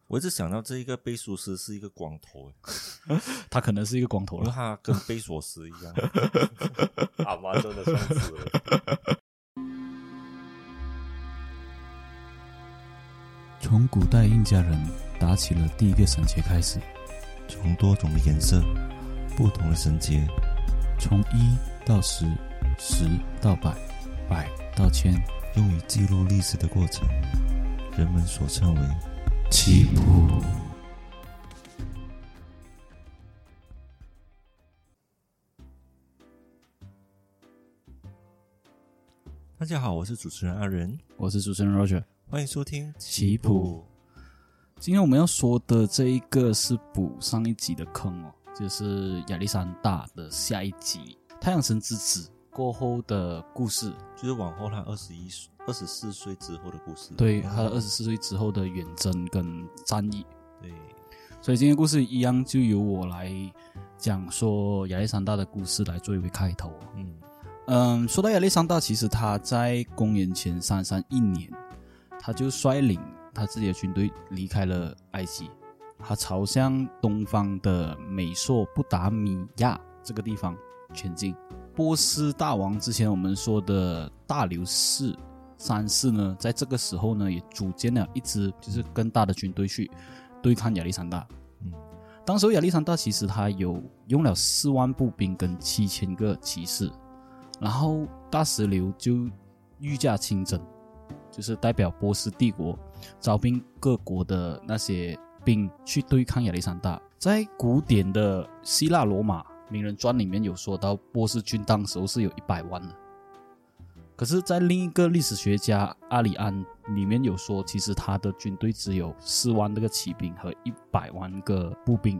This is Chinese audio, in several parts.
我一直想到这一个贝苏斯是一个光头， 他可能是一个光头因为了。 他跟贝索斯一样，阿妈真的算是了。 从古代印加人打起了第一个绳结开始， 从多种的颜色、不同的绳结， 从1到10、10到100、100到1000， 用于记录历史的过程，人们所称为棋谱。 大家好，我是主持人阿仁， 我是主持人 Roger， 欢迎收听棋谱。今天我们要说的这一个是补上一集的坑哦，就是亚历山大的下一集太阳神之子过后的故事， 就是往后他24岁之后的故事。 对，他的24岁之后的远征跟战役。 对， 所以今天故事一样就由我来讲说亚历山大的故事来作为开头。说到亚历山大，其实他在公元前331年，他就率领他自己的军队离开了埃及，他朝向东方的美索不达米亚这个地方前进。波斯大王之前我们说的大流士3世呢，在这个时候呢也组建了一支就是更大的军队去对抗亚历山大。当时亚历山大其实他有用了4万步兵跟7000个骑士，然后大石榴就御驾亲征，就是代表波斯帝国招兵各国的那些兵去对抗亚历山大。在古典的希腊罗马名人传里面有说到波斯军当时候是有100万的，可是在另一个历史学家阿里安里面有说，其实他的军队只有4万个骑兵和100万个步兵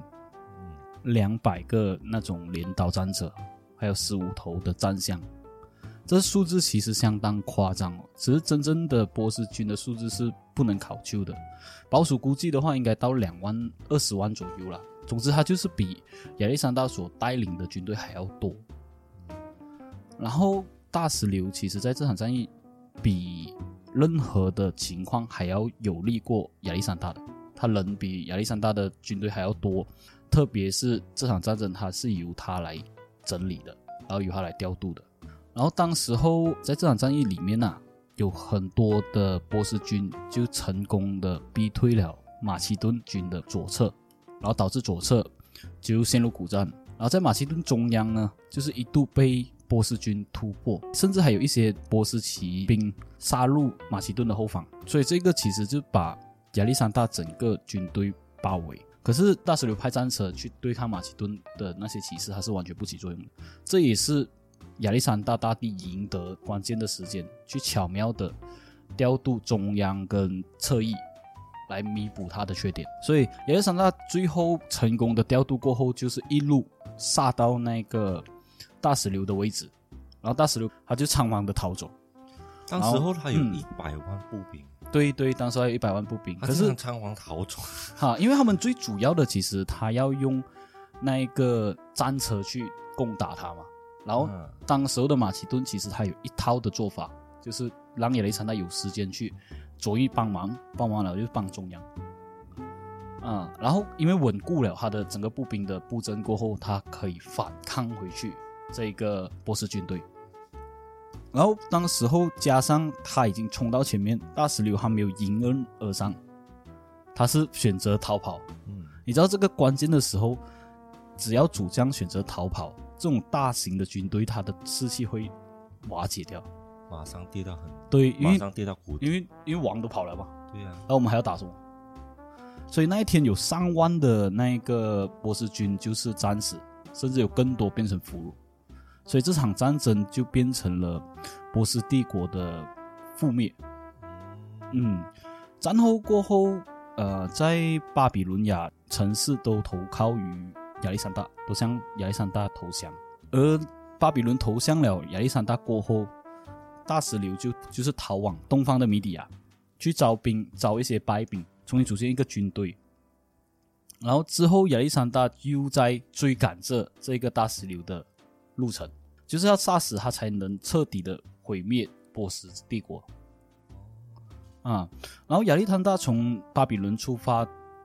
，200个那种镰刀战车，还有15头的战象。这数字其实相当夸张哦，只是真正的波斯军的数字是不能考究的，保守估计的话应该到20万左右啦。总之他就是比亚历山大所带领的军队还要多。然后大石榴其实在这场战役比任何的情况还要有利过亚历山大的，他人比亚历山大的军队还要多，特别是这场战争他是由他来整理的，然后由他来调度的。然后当时候在这场战役里面有很多的波斯军就成功的逼退了马其顿军的左侧，然后导致左侧就陷入苦战。然后在马其顿中央呢，就是一度被波斯军突破，甚至还有一些波斯骑兵杀入马其顿的后方，所以这个其实就把亚历山大整个军队包围。可是大石榴派战车去对抗马其顿的那些骑士，它是完全不起作用的。这也是亚历山大大帝赢得关键的时间，去巧妙的调度中央跟侧翼来弥补他的缺点。所以亚历山大最后成功的调度过后，就是一路杀到那个大石榴的位置，然后大石榴他就仓皇的逃走。 当时候他有100万步兵， 对对，当时还有100万步兵，可是仓皇逃走因为他们最主要的其实他要用那个战车去攻打他嘛。然后当时候的马其顿其实他有一套的做法，就是让亚历山大有时间去左翼帮忙了就帮中央。然后因为稳固了他的整个步兵的布阵过后，他可以反抗回去这个波斯军队。然后当时候加上他已经冲到前面，大石榴还没有迎刃而上，他是选择逃跑。你知道这个关键的时候，只要主将选择逃跑，这种大型的军队他的士气会瓦解掉， 马上跌到马上跌到谷底， 因为王都跑了嘛。 对啊， 然后我们还要打什么？所以那一天有上万的那个波斯军就是战死，甚至有更多变成俘虏。所以这场战争就变成了波斯帝国的覆灭。战后过后，在巴比伦亚城市都投靠于亚历山大，都向亚历山大投降。而巴比伦投降了亚历山大过后，大石榴就是逃往东方的米底亚，去招一些败兵，重新组建一个军队。然后之后亚历山大又在追赶着这个大石榴的路程，就是要杀死他才能彻底的毁灭波斯帝国。然后亚历山大从巴比伦出发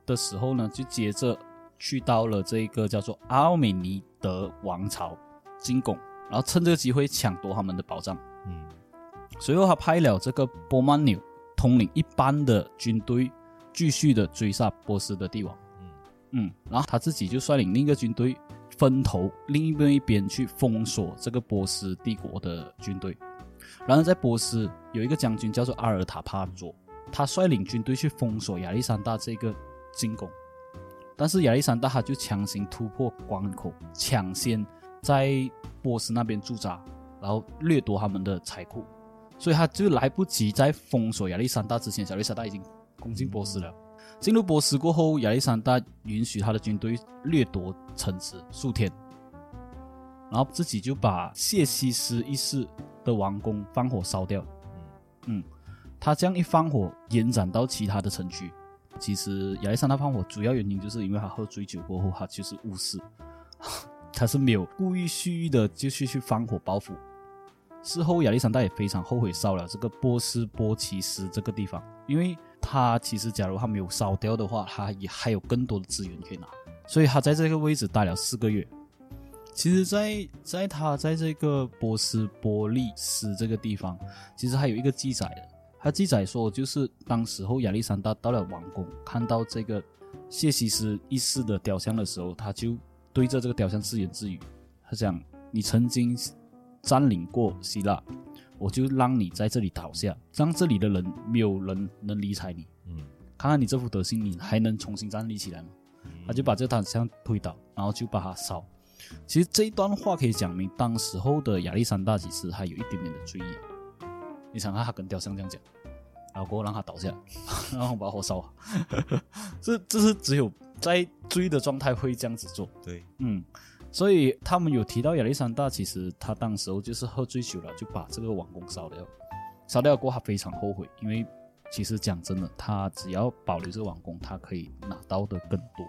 的时候呢，就接着去到了这个叫做阿尔美尼德王朝进攻，然后趁这个机会抢夺他们的宝藏。随后他派了这个波曼纽统领一般的军队，继续的追杀波斯的帝王。然后他自己就率领另一个军队分头另一边去封锁这个波斯帝国的军队。然而在波斯有一个将军叫做阿尔塔帕佐，他率领军队去封锁亚历山大这个进攻，但是亚历山大他就强行突破关口，抢先在波斯那边驻扎，然后掠夺他们的财库，所以他就来不及在封锁亚历山大之前，亚历山大已经攻进波斯了。进入波斯过后，亚历山大允许他的军队掠夺城池数天，然后自己就把谢西斯一世的王宫放火烧掉。他这样一放火延展到其他的城区。其实亚历山大放火主要原因就是因为他喝醉酒过后他就是误事，他是没有故意蓄意的继续去放火报复。事后亚历山大也非常后悔烧了这个波斯波奇斯这个地方，因为他其实假如他没有烧掉的话，他也还有更多的资源可以拿，所以他在这个位置待了4个月。其实在他在这个波斯波利斯这个地方，其实还有一个记载的，他记载说就是当时候亚历山大到了王宫，看到这个谢西斯一世的雕像的时候，他就对着这个雕像自言自语，他讲你曾经占领过希腊，我就让你在这里倒下，让这里的人没有人能理睬你。看看你这副德行，你还能重新站立起来吗？他就把这雕像推倒，然后就把它烧。其实这一段话可以讲明，当时候的亚历山大其实还有一点点的醉意。你想看他跟雕像这样讲，然后过后让他倒下，然后把火烧。这是只有在醉的状态会这样子做。 对， 所以他们有提到亚历山大，其实他当时候就是喝醉酒了，就把这个王宫烧掉。烧掉过后他非常后悔，因为其实讲真的，他只要保留这个王宫，他可以拿到的更多。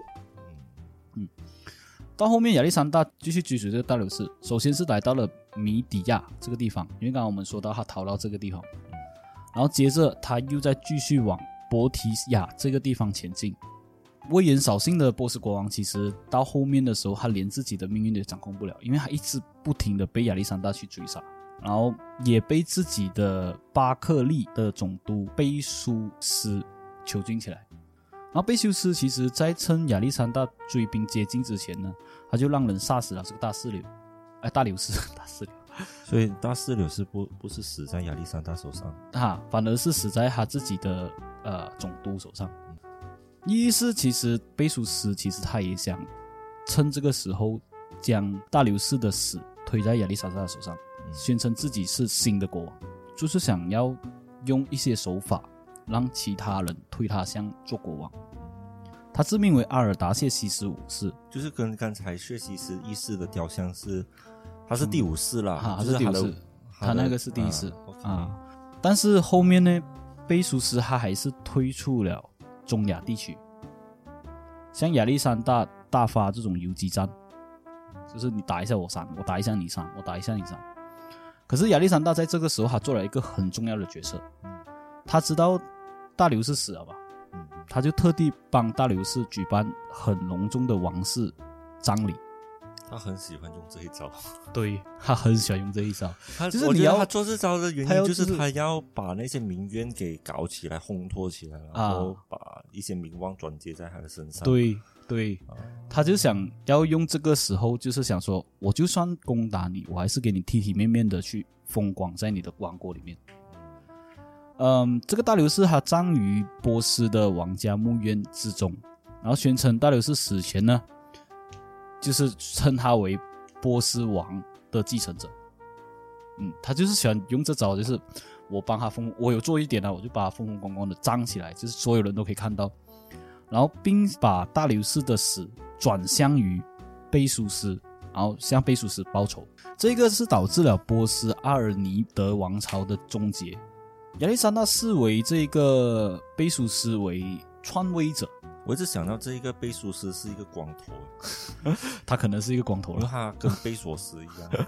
到后面亚历山大继续追随这个大流士，首先是来到了米底亚这个地方，因为刚刚我们说到他逃到这个地方，然后接着他又再继续往博提亚这个地方前进。危言扫兴的波斯国王其实到后面的时候，他连自己的命运也掌控不了，因为他一直不停的被亚历山大去追杀，然后也被自己的巴克利的总督贝苏斯囚禁起来。然后贝修斯其实在趁亚历山大追兵接近之前呢，他就让人杀死了这个大流士。 所以大四流士不是死在亚历山大手上， 反而是死在他自己的总督手上。一是其实贝苏斯其实他也想趁这个时候将大流士的死推在亚历山大手上，宣称自己是新的国王，就是想要用一些手法让其他人推他像做国王。他自命为阿尔达谢西斯五世， 就是跟刚才谢西斯一世的雕像是，他是第5世啦， 他是第5世，他那个是第1世但是后面呢，贝苏斯他还是推出了中亚地区，像亚历山大大发这种游击战，就是你打一下我闪，我打一下你闪，我打一下你闪。可是亚历山大在这个时候他做了一个很重要的决策，他知道大流士死了吧，他就特地帮大流士举办很隆重的王室葬礼。 他很喜欢用这一招， 对，他很喜欢用这一招。 就是我觉得他做这招的原因就是他要把那些民怨给搞起来，烘托起来，然后把一些名望转接在他的身上。 对，他就想要用这个时候，就是想说，我就算攻打你，我还是给你体体面面的去风光在你的王国里面。这个大流士他葬于波斯的王家墓院之中，然后宣称大流士死前呢，就是称他为波斯王的继承者。他就是喜欢用这招，就是我帮他我有做一点我就把他风风光光的葬起来，就是所有人都可以看到，然后并把大流士的死转向于贝苏斯，然后向贝苏斯报仇。这个是导致了波斯阿尔尼德王朝的终结。亚历山大视为这个贝苏斯为篡位者。 我一直想到这一个贝苏斯是一个光头， 他可能是一个光头了， 因为他跟贝索斯一样，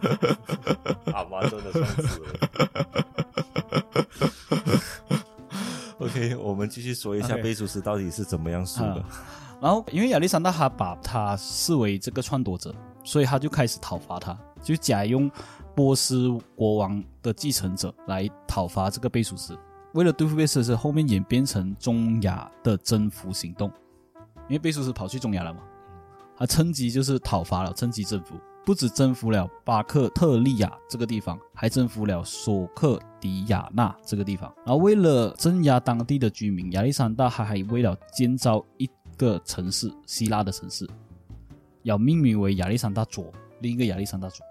阿妈真的算是。OK， OK， 我们继续说一下贝苏斯到底是怎么样输的。 然后因为亚历山大他把他视为这个篡夺者，所以他就开始讨伐他，就假用波斯国王的继承者来讨伐这个贝苏斯。为了对付贝苏斯，后面演变成中亚的征服行动，因为贝苏斯跑去中亚了嘛，他趁机就是讨伐了，趁机征服，不止征服了巴克特利亚这个地方，还征服了索克迪亚纳这个地方。然后为了镇压当地的居民，亚历山大还为了建造一个城市，希腊的城市，要命名为亚历山大佐，另一个亚历山大佐。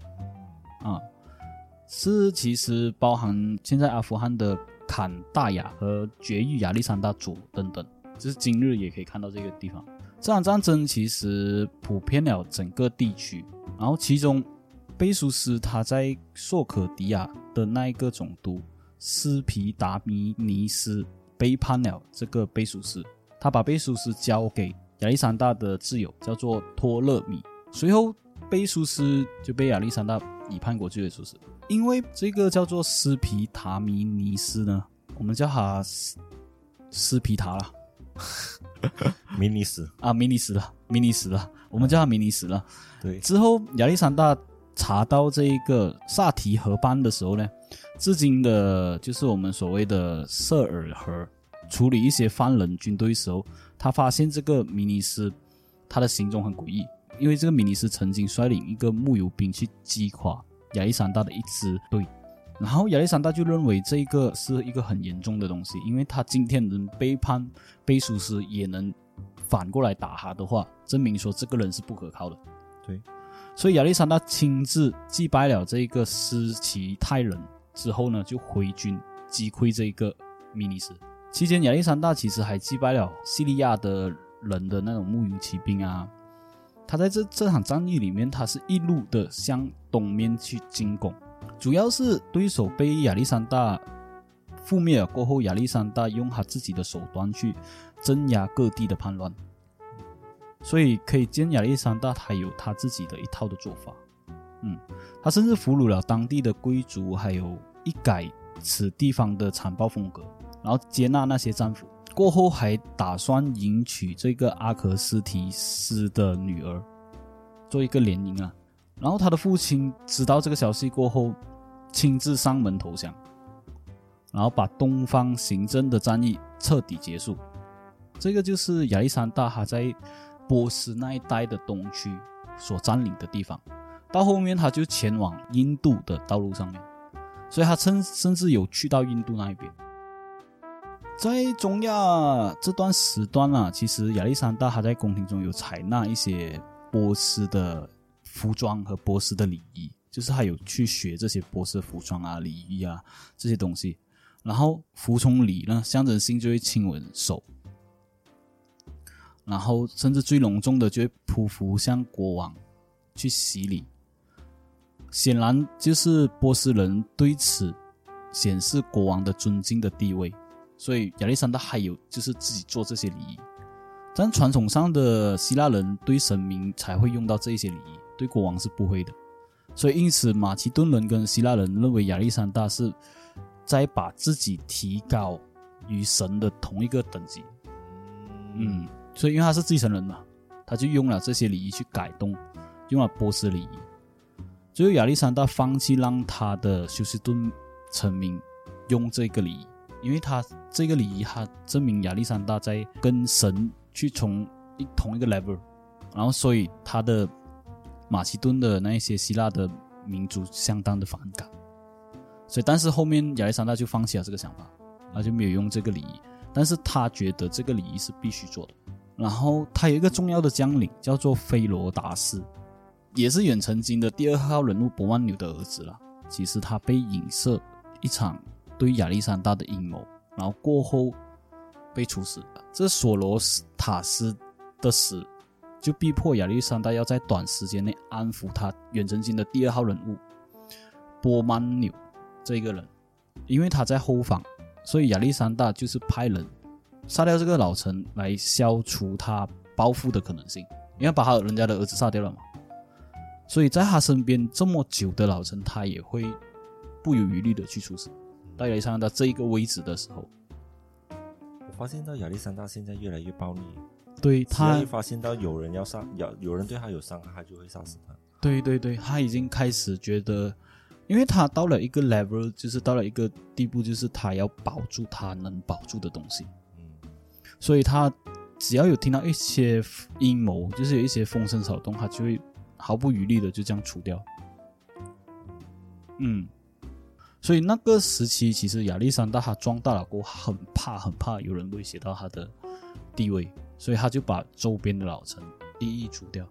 是其实包含现在阿富汗的坎大亚和绝育亚历山大佐等等，就是今日也可以看到这个地方。这场战争其实普遍了整个地区，然后其中贝苏斯他在索可迪亚的那一个总督斯皮达米尼斯背叛了这个贝苏斯，他把贝苏斯交给亚历山大的挚友叫做托勒米，随后贝苏斯就被亚历山大以叛国罪为处死。因为这个叫做斯皮达米尼斯呢，我们叫他斯皮塔了迷你死啊，迷你死了，我们叫他迷你死了。 对， 之后亚历山大查到这个萨提河畔的时候呢，至今的就是我们所谓的瑟尔河，处理一些犯人军队的时候，他发现这个迷尼斯他的行踪很诡异，因为这个迷尼斯曾经率领一个木油兵去击垮亚历山大的一支队，然后亚历山大就认为这个是一个很严重的东西，因为他今天能背叛贝苏斯也能反过来打他的话，证明说这个人是不可靠的。 对， 所以亚历山大亲自击败了这个斯奇泰人之后呢，就回军击溃这个米尼斯。期间亚历山大其实还击败了叙利亚的人的那种木油骑兵啊。他在这场战役里面，他是一路的向东面去进攻，主要是对手被亚历山大覆灭了过后，亚历山大用他自己的手段去镇压各地的叛乱，所以可以见亚历山大他有他自己的一套的做法。他甚至俘虏了当地的贵族，还有一改此地方的残暴风格，然后接纳那些战俘。过后还打算迎娶这个阿克斯提斯的女儿，做一个联姻啊。然后他的父亲知道这个消息过后，亲自上门投降，然后把东方行政的战役彻底结束。这个就是亚历山大他在波斯那一带的东区所占领的地方。到后面他就前往印度的道路上面，所以他甚至有去到印度那一边。在中亚这段时段啊，其实亚历山大他在宫廷中有采纳一些波斯的服装和波斯的礼仪，就是他有去学这些波斯的服装啊、礼仪啊这些东西。然后服从礼呢，象征性就会亲吻手，然后甚至最隆重的就会匍匐向国王去洗礼。显然就是波斯人对此显示国王的尊敬的地位。所以亚历山大还有就是自己做这些礼仪，但传统上的希腊人对神明才会用到这一些礼仪，对国王是不会的。所以因此马其顿人跟希腊人认为亚历山大是在把自己提高与神的同一个等级。所以因为他是继承人嘛，他就用了这些礼仪去改动，用了波斯礼仪。最后亚历山大放弃让他的休斯顿臣民用这个礼仪，因为他这个礼仪他证明亚历山大在跟神去同一个 level， 然后所以他的马其顿的那一些希腊的民族相当的反感，所以但是后面亚历山大就放弃了这个想法，他就没有用这个礼仪，但是他觉得这个礼仪是必须做的。然后他有一个重要的将领叫做菲罗达斯，也是远程经的第2号人物伯曼纽的儿子啦。其实他被影射一场对亚历山大的阴谋，然后过后被处死。这索罗塔斯的死就逼迫亚历山大要在短时间内安抚他远程经的第2号人物伯曼纽这个人，因为他在后方，所以亚历山大就是派人杀掉这个老臣来消除他报复的可能性，因为把他人家的儿子杀掉了嘛。所以在他身边这么久的老臣，他也会不遗余力的去处死。到亚历山大这一个位置的时候， 发现到亚历山大现在越来越暴力， 对，他一发现到有人有人对他有伤害，他就会杀死他。 对对对，他已经开始觉得，因为他到了一个 level， 就是到了一个地步，就是他要保住他能保住的东西。所以他只要有听到一些阴谋，就是有一些风声草动，他就会毫不余力的就这样除掉。所以那个时期，其实亚历山大他壮大了过后，很怕有人威胁到他的地位，所以他就把周边的老城一一除掉。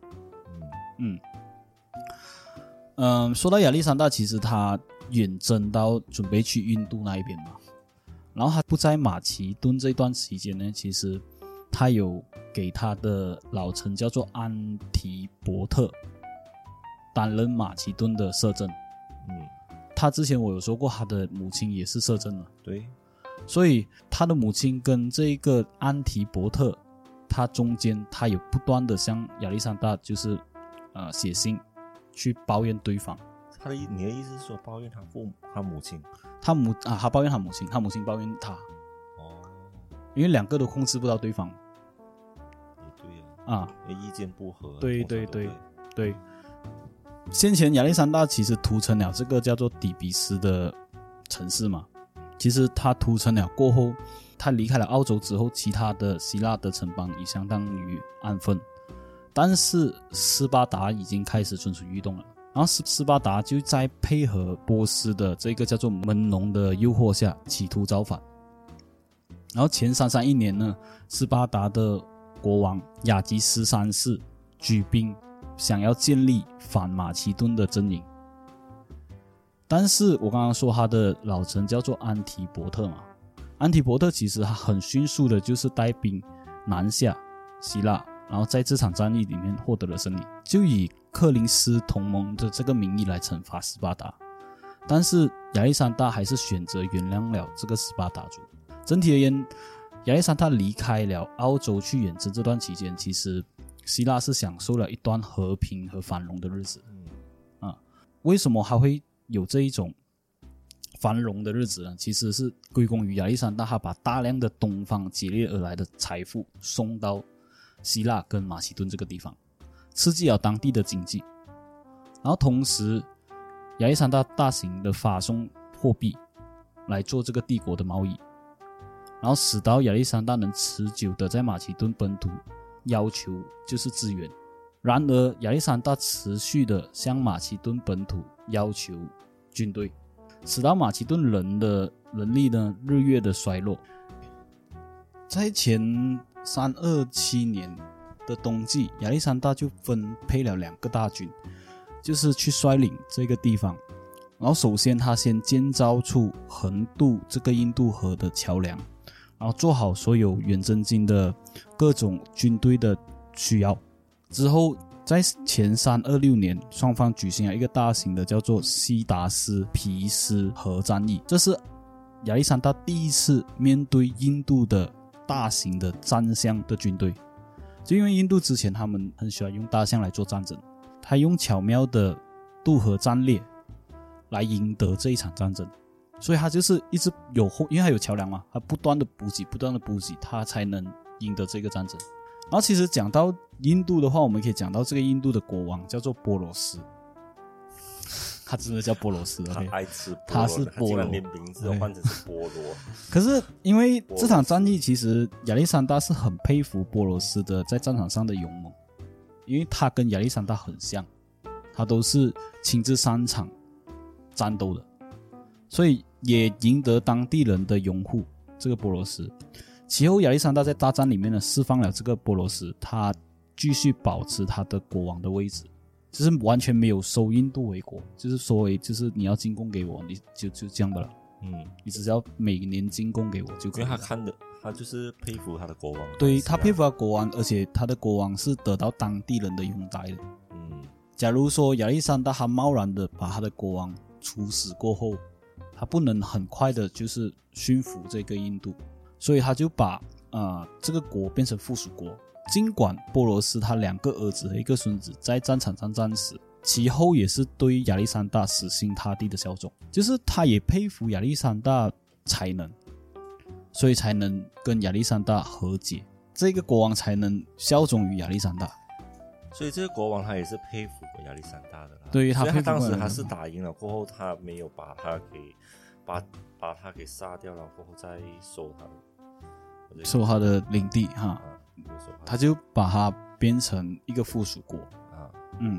说到亚历山大，其实他远征到准备去印度那一边嘛，然后他不在马其顿这段期间呢，其实他有给他的老臣叫做安提伯特担任马其顿的摄政。他之前我有说过，他的母亲也是摄政了。 对， 所以他的母亲跟这个安提伯特，他中间他有不断的向亚历山大就是写信去抱怨对方。 你的意思是说抱怨他母亲？ 他抱怨他母亲，他母亲抱怨他。因为两个都控制不到对方。 也对啊，意见不合。 对。先前亚历山大其实屠城了这个叫做底比斯的城市嘛，其实他屠城了过后，他离开了澳洲之后，其他的希腊的城邦已相当于安分，但是斯巴达已经开始蠢蠢欲动了。然后斯巴达就在配合波斯的这个叫做门农的诱惑下，企图造反。然后前331年呢，斯巴达的国王亚基斯3世举兵想要建立反马其顿的阵营，但是我刚刚说他的老臣叫做安提伯特嘛，安提伯特其实他很迅速的就是带兵南下希腊，然后在这场战役里面获得了胜利，就以克林斯同盟的这个名义来惩罚斯巴达。但是亚历山大还是选择原谅了这个斯巴达族。整体而言，亚历山大离开了澳洲去远征这段期间，其实希腊是享受了一段和平和繁荣的日子。为什么还会有这一种繁荣的日子呢？其实是归功于亚历山大他把大量的东方劫掠而来的财富送到希腊跟马其顿这个地方，刺激了当地的经济。然后同时亚历山大大型的发送货币来做这个帝国的贸易，然后使到亚历山大能持久的在马其顿本土要求就是资源。然而亚历山大持续的向马其顿本土要求军队，使到马其顿人的能力呢日月的衰落。在前327年的冬季，亚历山大就分配了2个大军，就是去率领这个地方。然后首先他先建造出横渡这个印度河的桥梁，然后做好所有远征军的各种军队的需要。之后在前326年，双方举行了一个大型的叫做西达斯皮斯河战役，这是亚历山大第一次面对印度的大型的战象的军队。就因为印度之前他们很喜欢用大象来做战争，他用巧妙的渡河战略来赢得这一场战争，所以他就是一直因为他有桥梁嘛，他不断的补给，他才能赢得这个战争。然后其实讲到印度的话，我们可以讲到这个印度的国王叫做波罗斯，他真的叫波罗斯， 他爱吃菠萝， 他是菠萝， 他连名字都换成是菠萝。 可是因为这场战役，其实亚历山大是很佩服波罗斯的在战场上的勇猛，因为他跟亚历山大很像，他都是亲自上场战斗的，所以也赢得当地人的拥护。这个波罗斯其后亚历山大在大战里面呢释放了这个波罗斯，他继续保持他的国王的位置，就是完全没有收印度为国，就是所谓就是你要进贡给我，你就这样的了。你只要每年进贡给我就可以了。 因为他就是佩服他的国王。 对，他佩服他国王，而且他的国王是得到当地人的拥戴的。假如说亚历山大他贸然的把他的国王处死过后，他不能很快的就是驯服这个印度，所以他就把这个国变成附属国。尽管波罗斯他2个儿子和1个孙子在战场上战死，其后也是对亚历山大死心塌地的效忠，就是他也佩服亚历山大才能， 所以才能跟亚历山大和解，这个国王才能效忠于亚历山大。 所以这个国王他也是佩服过亚历山大的啦。 对， 所以他当时他是打赢了过后，他没有把他给杀掉了过后再收他的领地哈，他就把它变成一个附属国啊。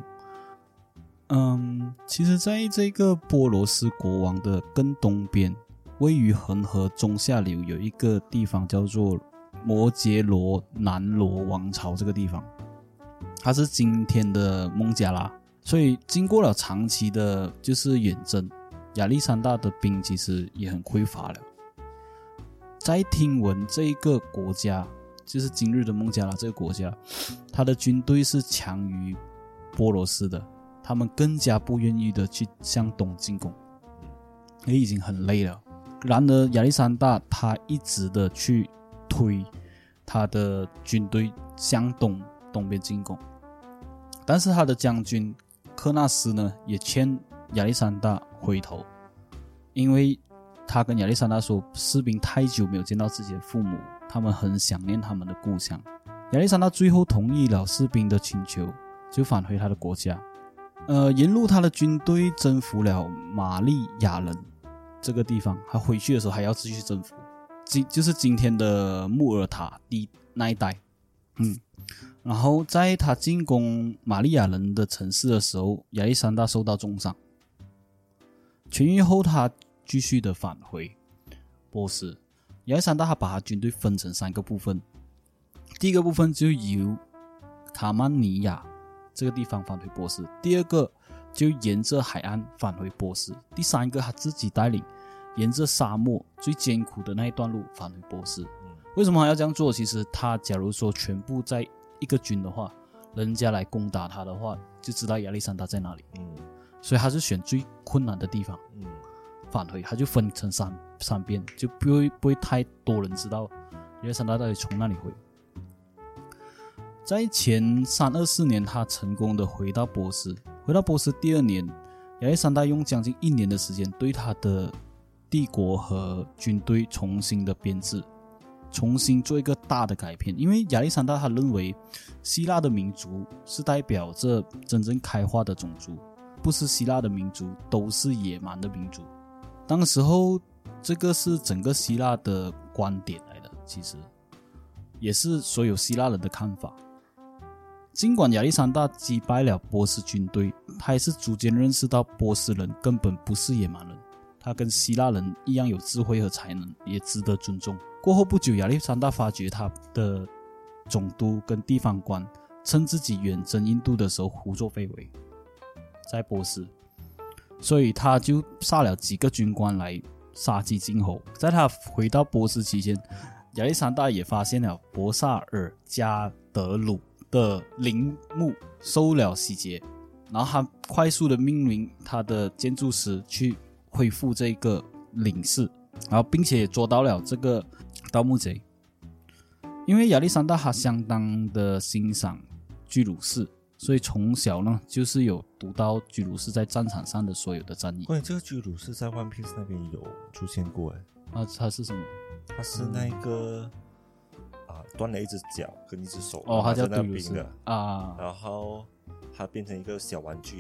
其实在这个波罗斯国王的更东边，位于恒河中下流有一个地方叫做摩羯罗南罗王朝，这个地方它是今天的孟加拉。所以经过了长期的就是远征，亚历山大的兵其实也很匮乏了。在听闻这个国家就是今日的孟加拉这个国家，他的军队是强于波罗斯的，他们更加不愿意的去向东进攻，也已经很累了。然而亚历山大他一直的去推他的军队向东边进攻，但是他的将军科纳斯呢也劝亚历山大回头，因为他跟亚历山大说，士兵太久没有见到自己的父母，他们很想念他们的故乡。亚历山大最后同意了士兵的请求，就返回他的国家。沿路他的军队征服了玛利亚人这个地方，他回去的时候还要继续征服，就是今天的穆尔塔地那一带。然后在他进攻玛利亚人的城市的时候，亚历山大受到重伤，痊愈后他继续的返回波斯。亚历山大他把他军队分成3个部分，第一个部分就由卡曼尼亚这个地方返回波斯，第二个就沿着海岸返回波斯，第3个他自己带领沿着沙漠最艰苦的那一段路返回波斯。为什么他要这样做？其实他假如说全部在一个军的话，人家来攻打他的话，就知道亚历山大在哪里。所以他是选最困难的地方返回，他就分成三边，就不会太多人知道亚历山大到底从哪里回。在前324年，他成功的回到波斯。回到波斯第2年，亚历山大用将近1年的时间对他的帝国和军队重新的编制，重新做一个大的改变。因为亚历山大他认为希腊的民族是代表着真正开化的种族，不是希腊的民族都是野蛮的民族。当时候这个是整个希腊的观点来的，其实也是所有希腊人的看法。尽管亚历山大击败了波斯军队，他还是逐渐认识到波斯人根本不是野蛮人，他跟希腊人一样有智慧和才能，也值得尊重。过后不久，亚历山大发觉他的总督跟地方官趁自己远征印度的时候胡作非为，在波斯，所以他就杀了几个军官来杀鸡儆猴。在他回到波斯期间，亚历山大也发现了博萨尔加德鲁的陵墓受了洗劫，然后他快速的命令他的建筑师去恢复这个陵室，然后并且也捉到了这个盗墓贼。因为亚历山大他相当的欣赏居鲁士，所以从小呢就是有读到居鲁士在战场上的所有的战役。 关于这个居鲁士在 One Piece 那边有出现过他是什么？ 他是那个断了一只脚跟一只手， 他叫居鲁士然后他变成一个小玩具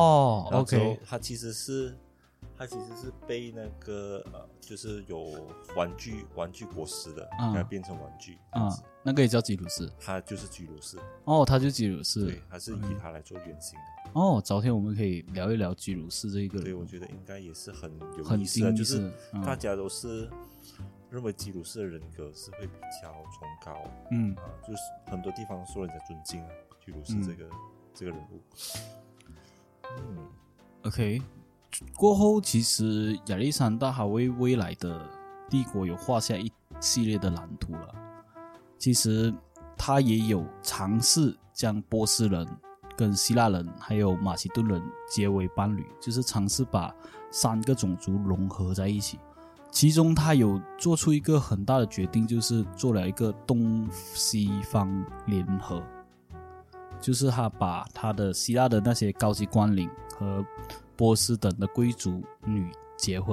OK， 他其实是被那个就是有玩具果实的，给变成玩具那个也叫居鲁士， 他就是居鲁士他就居鲁士， 对，他是以他来做原型的早天我们可以聊一聊居鲁士这一个人， 对，我觉得应该也是很有意思的，就是大家都是认为居鲁士的人格是会比较崇高，就是很多地方说人家尊敬居鲁士这个人物。 OK， 过后其实亚历山大还为未来的帝国有画下一系列的蓝图了。其实他也有尝试将波斯人跟希腊人还有马其顿人结为伴侣，就是尝试把3个种族融合在一起。其中他有做出一个很大的决定，就是做了一个东西方联合，就是他把他的希腊的那些高级官领和波斯等的贵族女结婚，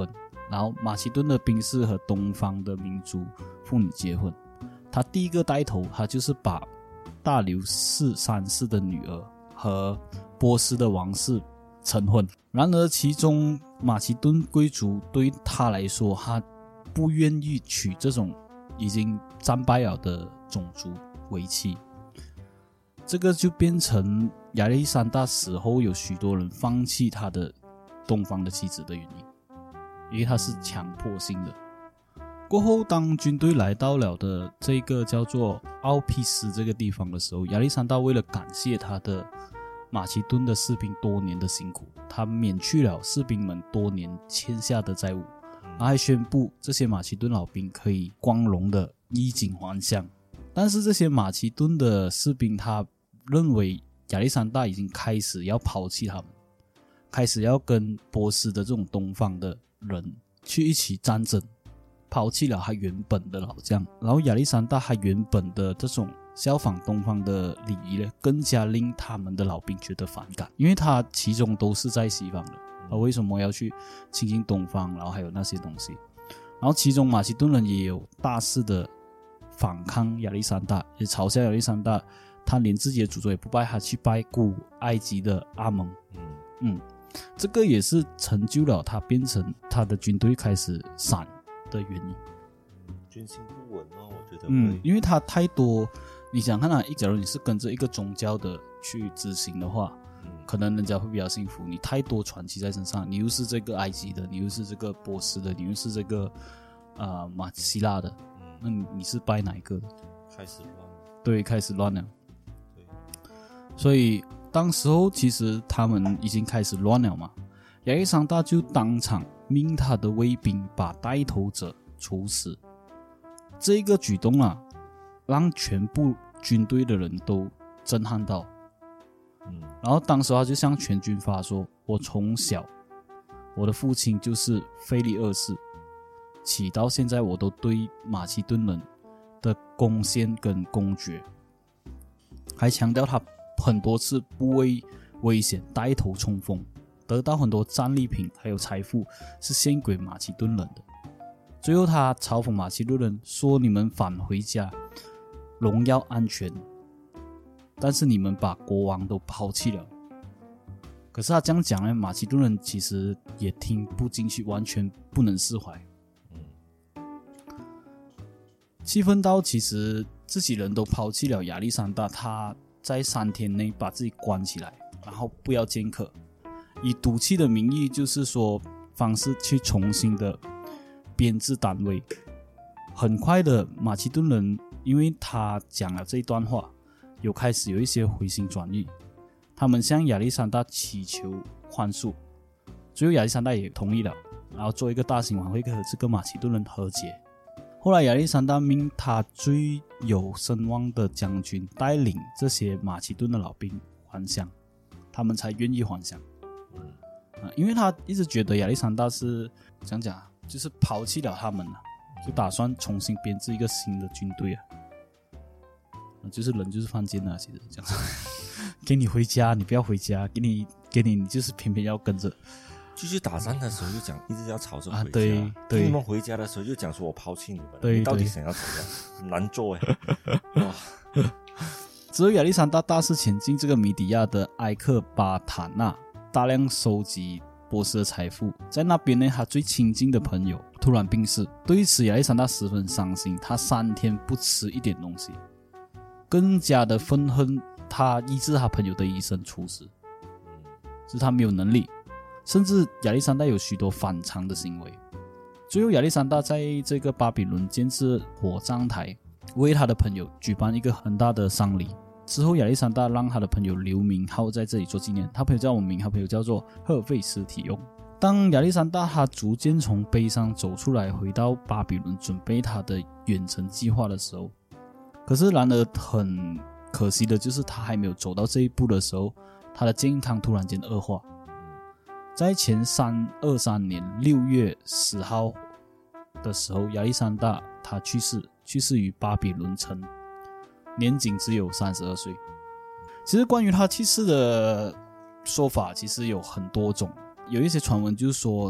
然后马其顿的兵士和东方的民族妇女结婚。他第一个带头，他就是把大流士三世的女儿和波斯的王室成婚。然而其中马其顿贵族对他来说，他不愿意娶这种已经战败了的种族为妻，这个就变成亚历山大死后有许多人放弃他的东方的妻子的原因，因为他是强迫性的。过后当军队来到了的这个叫做奥皮斯这个地方的时候，亚历山大为了感谢他的马其顿的士兵多年的辛苦，他免去了士兵们多年欠下的债务，然后还宣布这些马其顿老兵可以光荣的衣锦还乡。但是这些马其顿的士兵他认为亚历山大已经开始要抛弃他们，开始要跟波斯的这种东方的人去一起战争，抛弃了他原本的老将。然后亚历山大他原本的这种效仿东方的礼仪呢，更加令他们的老兵觉得反感，因为他其中都是在西方的，他为什么要去亲近东方，然后还有那些东西。然后其中马其顿人也有大肆的反抗亚历山大，也嘲笑亚历山大，他连自己的祖宗也不拜，他去拜古埃及的阿蒙。这个也是成就了他变成他的军队开始散的原因。 军心不稳哦，我觉得因为他太多，你想看假如你是跟着一个宗教的去执行的话，可能人家会比较幸福。你太多传奇在身上，你又是这个埃及的，你又是这个波斯的，你又是这个马希腊的，那你是拜哪一个的？ 开始乱了。 对，开始乱了。对，所以当时候其实他们已经开始乱了嘛，亚历山大就当场命他的卫兵把带头者处死。这个举动啊，让全部军队的人都震撼到。然后当时他就向全军发说，我从小我的父亲就是腓力二世，起到现在我都对马其顿人的贡献跟公爵，还强调他很多次不畏危险带头冲锋，得到很多战利品还有财富是献给马其顿人的。最后他嘲讽马其顿人说，你们返回家荣耀安全，但是你们把国王都抛弃了。可是他这样讲呢，马其顿人其实也听不进去，完全不能释怀。气愤到其实自己人都抛弃了亚历山大，他在3天内把自己关起来，然后不要见客，以赌气的名义，就是说方式去重新的编制单位。很快的马其顿人因为他讲了这一段话，开始有一些回心转意，他们向亚历山大祈求宽恕，最后亚历山大也同意了，然后做一个大型晚会和这个马其顿人和解。后来亚历山大命他最有声望的将军带领这些马其顿的老兵还乡，他们才愿意还乡。因为他一直觉得亚历山大是讲就是抛弃了他们，就打算重新编制一个新的军队就是人就是犯贱其实这样给你回家你不要回家，给你你就是偏偏要跟着。 继续打仗的时候就讲一直要吵着回家， 对， 你们回家的时候就讲说我抛弃你们， 对， 你到底想要怎样？难做哇！ 之后亚历山大大肆前进这个米底亚的埃克巴塔纳，大量收集波斯的财富。在那边呢，他最亲近的朋友突然病逝，对此亚历山大十分伤心，他3天不吃一点东西，更加的愤恨他医治他朋友的医生出事，是他没有能力，甚至亚历山大有许多反常的行为。最后亚历山大在这个巴比伦建设火葬台，为他的朋友举办一个很大的丧礼。之后亚历山大让他的朋友留名号在这里做纪念，他朋友叫我名，他朋友叫做赫费斯提翁。当亚历山大他逐渐从悲伤走出来，回到巴比伦准备他的远程计划的时候，可是然而很可惜的就是他还没有走到这一步的时候，他的健康突然间恶化。在前323年6月10号的时候，亚历山大他去世于巴比伦城，年仅只有32岁。其实关于他去世的说法其实有很多种，有一些传闻就是说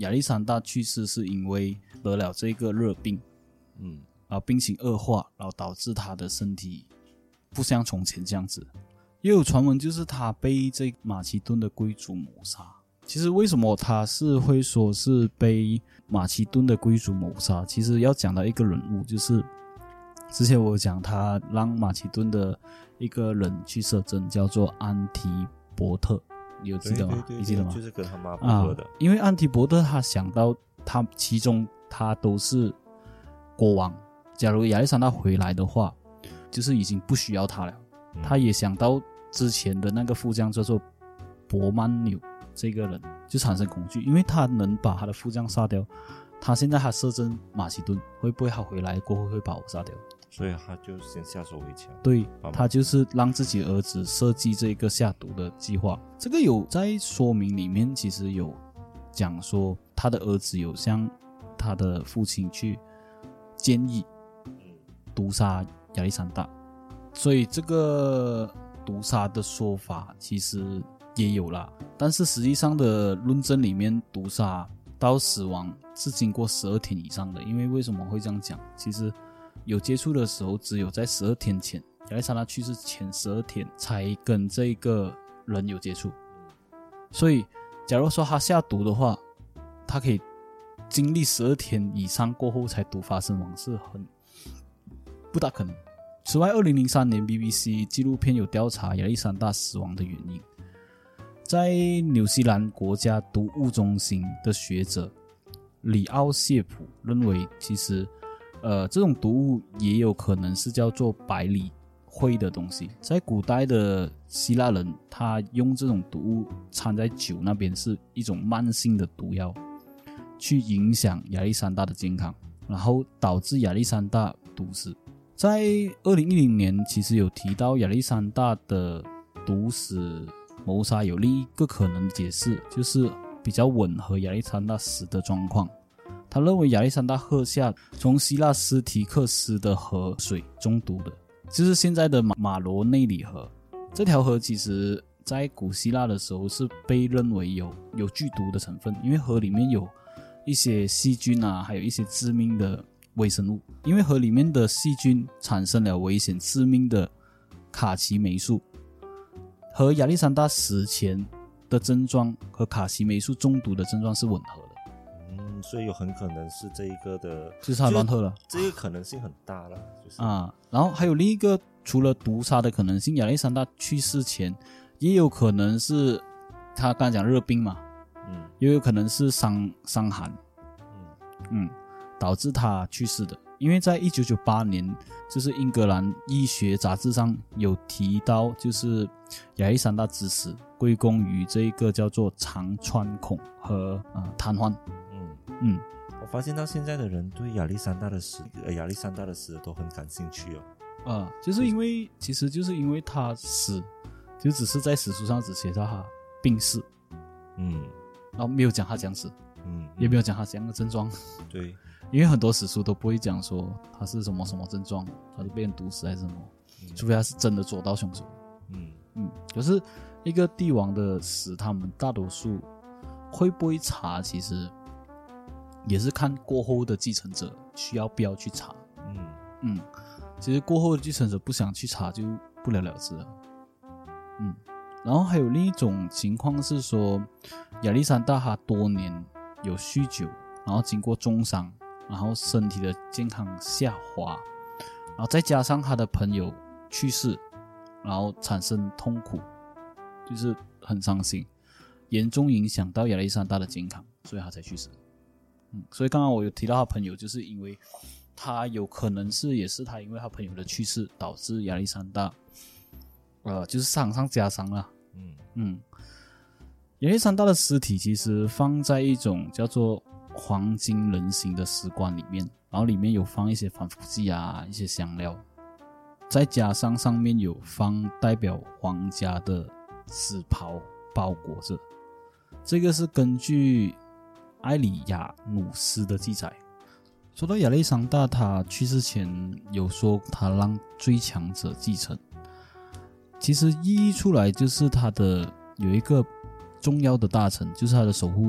亚历山大去世是因为得了这个热病，然后病情恶化，然后导致他的身体不像从前这样子。也有传闻就是他被这马其顿的贵族谋杀。其实为什么他是会说是被马其顿的贵族谋杀，其实要讲到一个人物，就是之前我讲他让马其顿的一个人去摄政，叫做安提伯特，你有记得吗？ 对， 你记得吗？ 就是跟他妈不合的。 因为安提伯特他想到他其中他都是国王，假如亚历山大回来的话，就是已经不需要他了。他也想到之前的那个副将叫做伯曼纽这个人，就产生恐惧，因为他能把他的副将杀掉，他现在还摄政马其顿，会不会他回来过后会把我杀掉？ 所以他就先下手为强。 对，他就是让自己的儿子设计这个下毒的计划。这个有在说明里面，其实有讲说他的儿子有向他的父亲去建议毒杀亚历山大，所以这个毒杀的说法其实也有啦，但是实际上的论证里面，毒杀到死亡是经过12天以上的。因为为什么会这样讲？其实有接触的时候，只有在12天前，亚历山大去世前12天才跟这个人有接触。所以假如说他下毒的话，他可以经历12天以上过后才毒发身亡，是很不大可能。此外，2003年 BBC 纪录片有调查亚历山大死亡的原因。在纽西兰国家毒物中心的学者里奥谢普认为，其实这种毒物也有可能是叫做百里灰的东西。在古代的希腊人，他用这种毒物掺在酒那边，是一种慢性的毒药，去影响亚历山大的健康，然后导致亚历山大毒死。在2010年其实有提到亚历山大的毒死谋杀有另一个可能的解释，就是比较吻合亚历山大死的状况。他认为亚历山大喝下从希腊斯提克斯的河水中毒的，就是现在的马罗内里河。这条河其实在古希腊的时候是被认为有剧毒的成分，因为河里面有一些细菌啊，还有一些致命的微生物。因为河里面的细菌产生了危险致命的卡奇霉素，和亚历山大死前的症状和卡奇霉素中毒的症状是吻合的。 所以有很可能是这一个的， 就是他乱喝了， 这个可能性很大了，就是然后还有另一个，除了毒杀的可能性，亚历山大去世前也有可能是他刚才讲热病嘛，也有可能是伤寒，导致他去世的。因为在1998年，就是英格兰医学杂志上有提到，就是亚历山大之死归功于这个叫做肠穿孔和瘫痪。 我发现到现在的人对亚历山大的死都很感兴趣哦。 就是因为其实就是因为他死，就只是在史书上只写到他病逝，然后没有讲他这样死，也没有讲他这样的症状。 对， 因为很多史书都不会讲说他是什么什么症状，他是被人毒死还是什么，除非他是真的捉到凶手。可是一个帝王的死，他们大多数会不会查，其实也是看过后的继承者需要不要去查。其实过后的继承者不想去查就不了了之了。然后还有另一种情况是说，亚历山大他多年有酗酒，然后经过重伤，然后身体的健康下滑，然后再加上他的朋友去世，然后产生痛苦，就是很伤心，严重影响到亚历山大的健康，所以他才去世。所以刚刚我有提到他朋友，就是因为他有可能也是他因为他朋友的去世导致亚历山大就是伤上加伤了。亚历山大的尸体其实放在一种叫做黄金人形的石棺里面，然后里面有放一些防腐剂啊，一些香料，再加上上面有放代表皇家的紫袍包裹着。这个是根据埃里亚努斯的记载。说到亚历山大，他去世前有说他让最强者继承，其实意义出来就是他的有一个重要的大臣，就是他的守护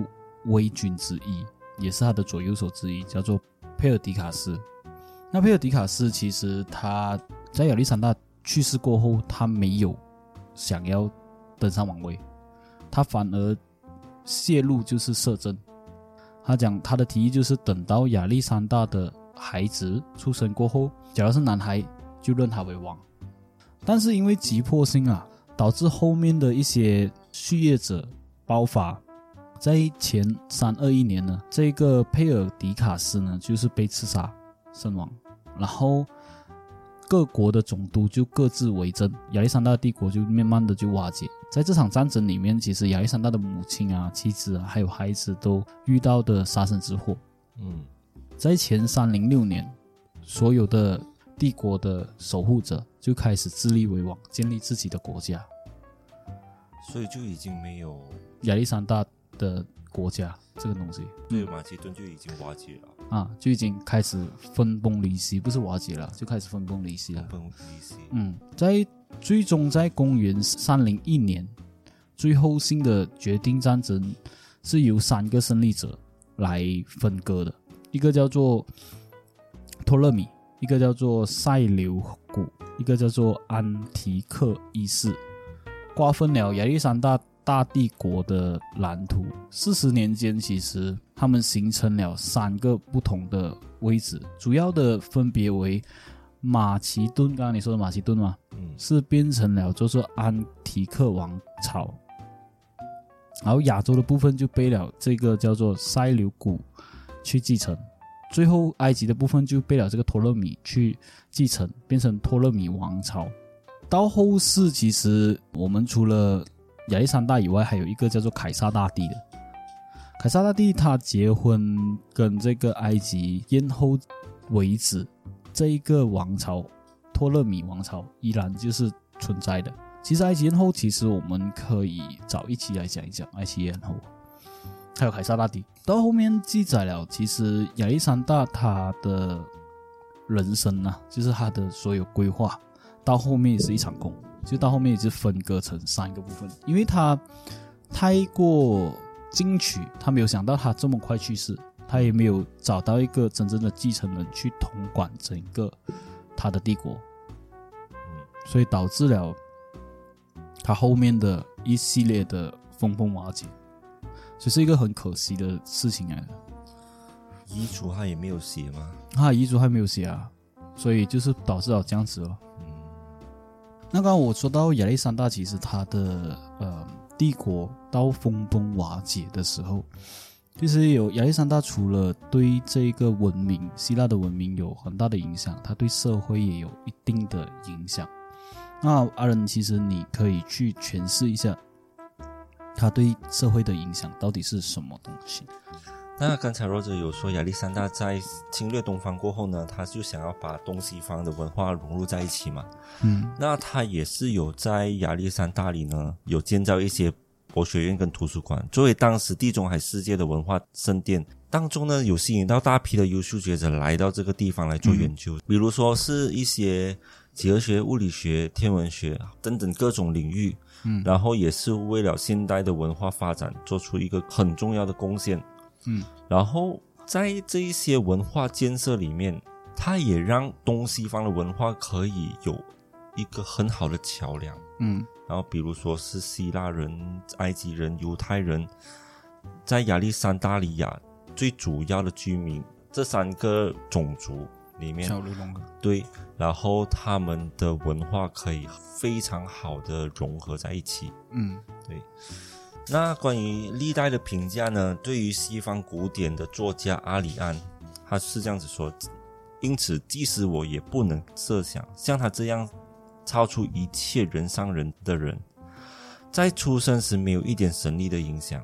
伪君之一，也是他的左右手之一，叫做佩尔迪卡斯。那佩尔迪卡斯其实他在亚历山大去世过后，他没有想要登上王位，他反而泄露就是摄政。他讲他的提议就是等到亚历山大的孩子出生过后，假如是男孩就认他为王。但是因为急迫性导致后面的一些续业者爆发。在前321年呢，这个佩尔迪卡斯呢就是被刺杀身亡，然后各国的总督就各自为政，亚历山大帝国就慢慢的就瓦解。在这场战争里面，其实亚历山大的母亲妻子还有孩子都遇到的杀身之祸。在前306年，所有的帝国的守护者就开始自立为王，建立自己的国家， 所以就已经没有亚历山大的国家这个东西。 对，马其顿就已经瓦解了就已经开始分崩离析，不是瓦解了，就开始分崩离析了。 分崩离析。 在最终在公元301年，最后性的决定战争是由3个胜利者来分割的，一个叫做托勒米，一个叫做塞琉古，一个叫做安提克一世，瓜分了亚历山大大帝国的蓝图。40年间，其实他们形成了3个不同的位置，主要的分别为马其顿，刚刚你说的马其顿嘛，是变成了就是安提克王朝，然后亚洲的部分就被了这个叫做塞琉古去继承，最后埃及的部分就被了这个托勒米去继承，变成托勒米王朝。到后世，其实我们除了亚历山大以外，还有一个叫做凯撒大帝的。凯撒大帝他结婚跟这个埃及咽后为止，这一个王朝托勒米王朝依然就是存在的。其实埃及艳后，其实我们可以找一期来讲一讲埃及艳后，还有凯撒大帝。到后面记载了，其实亚历山大他的人生就是他的所有规划，到后面也是一场空，就到后面也是分割成3个部分，因为他太过进取，他没有想到他这么快去世，他也没有找到一个真正的继承人去统管整个他的帝国，所以导致了他后面的一系列的风风瓦解，所以是一个很可惜的事情来的。 遗嘱他也没有写吗？ 他遗嘱还没有写所以就是导致了这样子了。那刚刚我说到亚历山大，其实他的帝国到风崩瓦解的时候，其实有亚历山大除了对这个文明希腊的文明有很大的影响，他对社会也有一定的影响。那阿仁，其实你可以去诠释一下他对社会的影响到底是什么东西。 那刚才Roger有说亚历山大在侵略东方过后呢，他就想要把东西方的文化融入在一起嘛。那他也是有在亚历山大里呢有建造一些博学院跟图书馆，作为当时地中海世界的文化圣殿，当中呢有吸引到大批的优秀学者来到这个地方来做研究，比如说是一些几何学、物理学、天文学等等各种领域，然后也是为了现代的文化发展做出一个很重要的贡献。然后在这一些文化建设里面，它也让东西方的文化可以有一个很好的桥梁。然后比如说是希腊人、埃及人、犹太人，在亚历山大里亚最主要的居民，这3个种族里面，对，然后他们的文化可以非常好的融合在一起。对。那关于历代的评价呢，对于西方古典的作家阿里安，他是这样子说，因此即使我也不能设想像他这样超出一切人上人的人，在出生时没有一点神力的影响。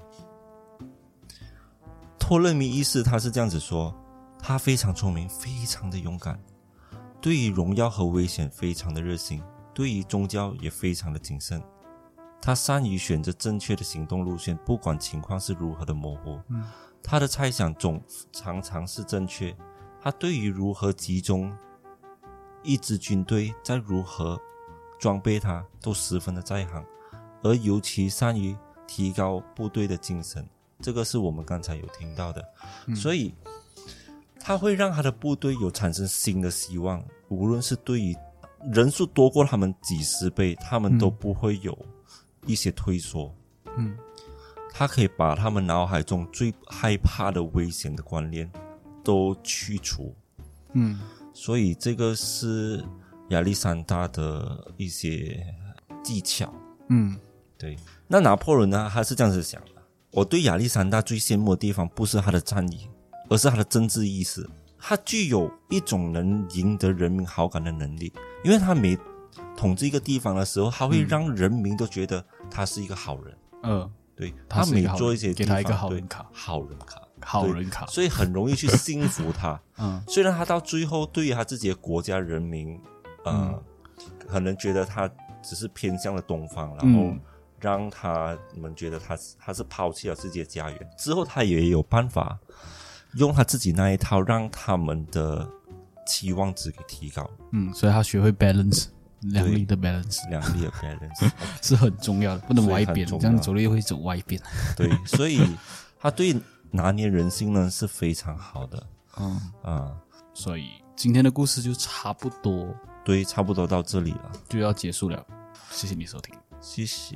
托勒密一世他是这样子说，他非常聪明，非常的勇敢，对于荣耀和危险非常的热心，对于宗教也非常的谨慎。他善于选择正确的行动路线，不管情况是如何的模糊，他的猜想常常是正确。他对于如何集中一支军队，再如何装备它，都十分的在行，而尤其善于提高部队的精神， 这个是我们刚才有听到的，所以他会让他的部队有产生新的希望，无论是对于人数多过他们几十倍，他们都不会有一些退缩。他可以把他们脑海中最害怕的危险的观念都去除。所以这个是亚历山大的一些技巧。对。那拿破仑呢，他是这样子想的，我对亚历山大最羡慕的地方不是他的战役，而是他的政治意识。他具有一种能赢得人民好感的能力，因为他每统治一个地方的时候，他会让人民都觉得他是一个好人。对，他每做一些地方， 给他一个好人卡， 好人卡，所以很容易去信服他。虽然他到最后对于他自己的国家人民，可能觉得他只是偏向了东方，然后让他们觉得他是抛弃了自己的家园。之后他也有办法用他自己那一套，让他们的期望值给提高。 所以他学会 balance。两力的 balance 是很重要的，不能歪边，这样走路又会走歪边。 对，所以他对拿捏人心呢是非常好的。 所以今天的故事就差不多， 对，差不多到这里了， 就要结束了。谢谢你收听， 谢谢。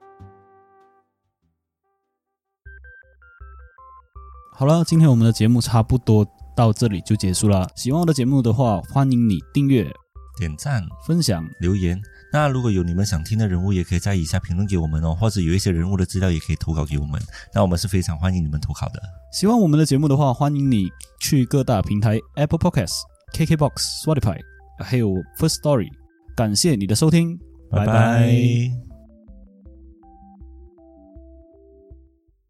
好了，今天我们的节目差不多到这里就结束了。喜欢我的节目的话，欢迎你订阅、 点赞、 分享、 留言。那如果有你们想听的人物，也可以在以下评论给我们哦，或者有一些人物的资料也可以投稿给我们，那我们是非常欢迎你们投稿的。 喜欢我们的节目的话，欢迎你去各大平台 Apple Podcasts、KKBox、Spotify 还有 First Story。感谢你的收听，拜拜。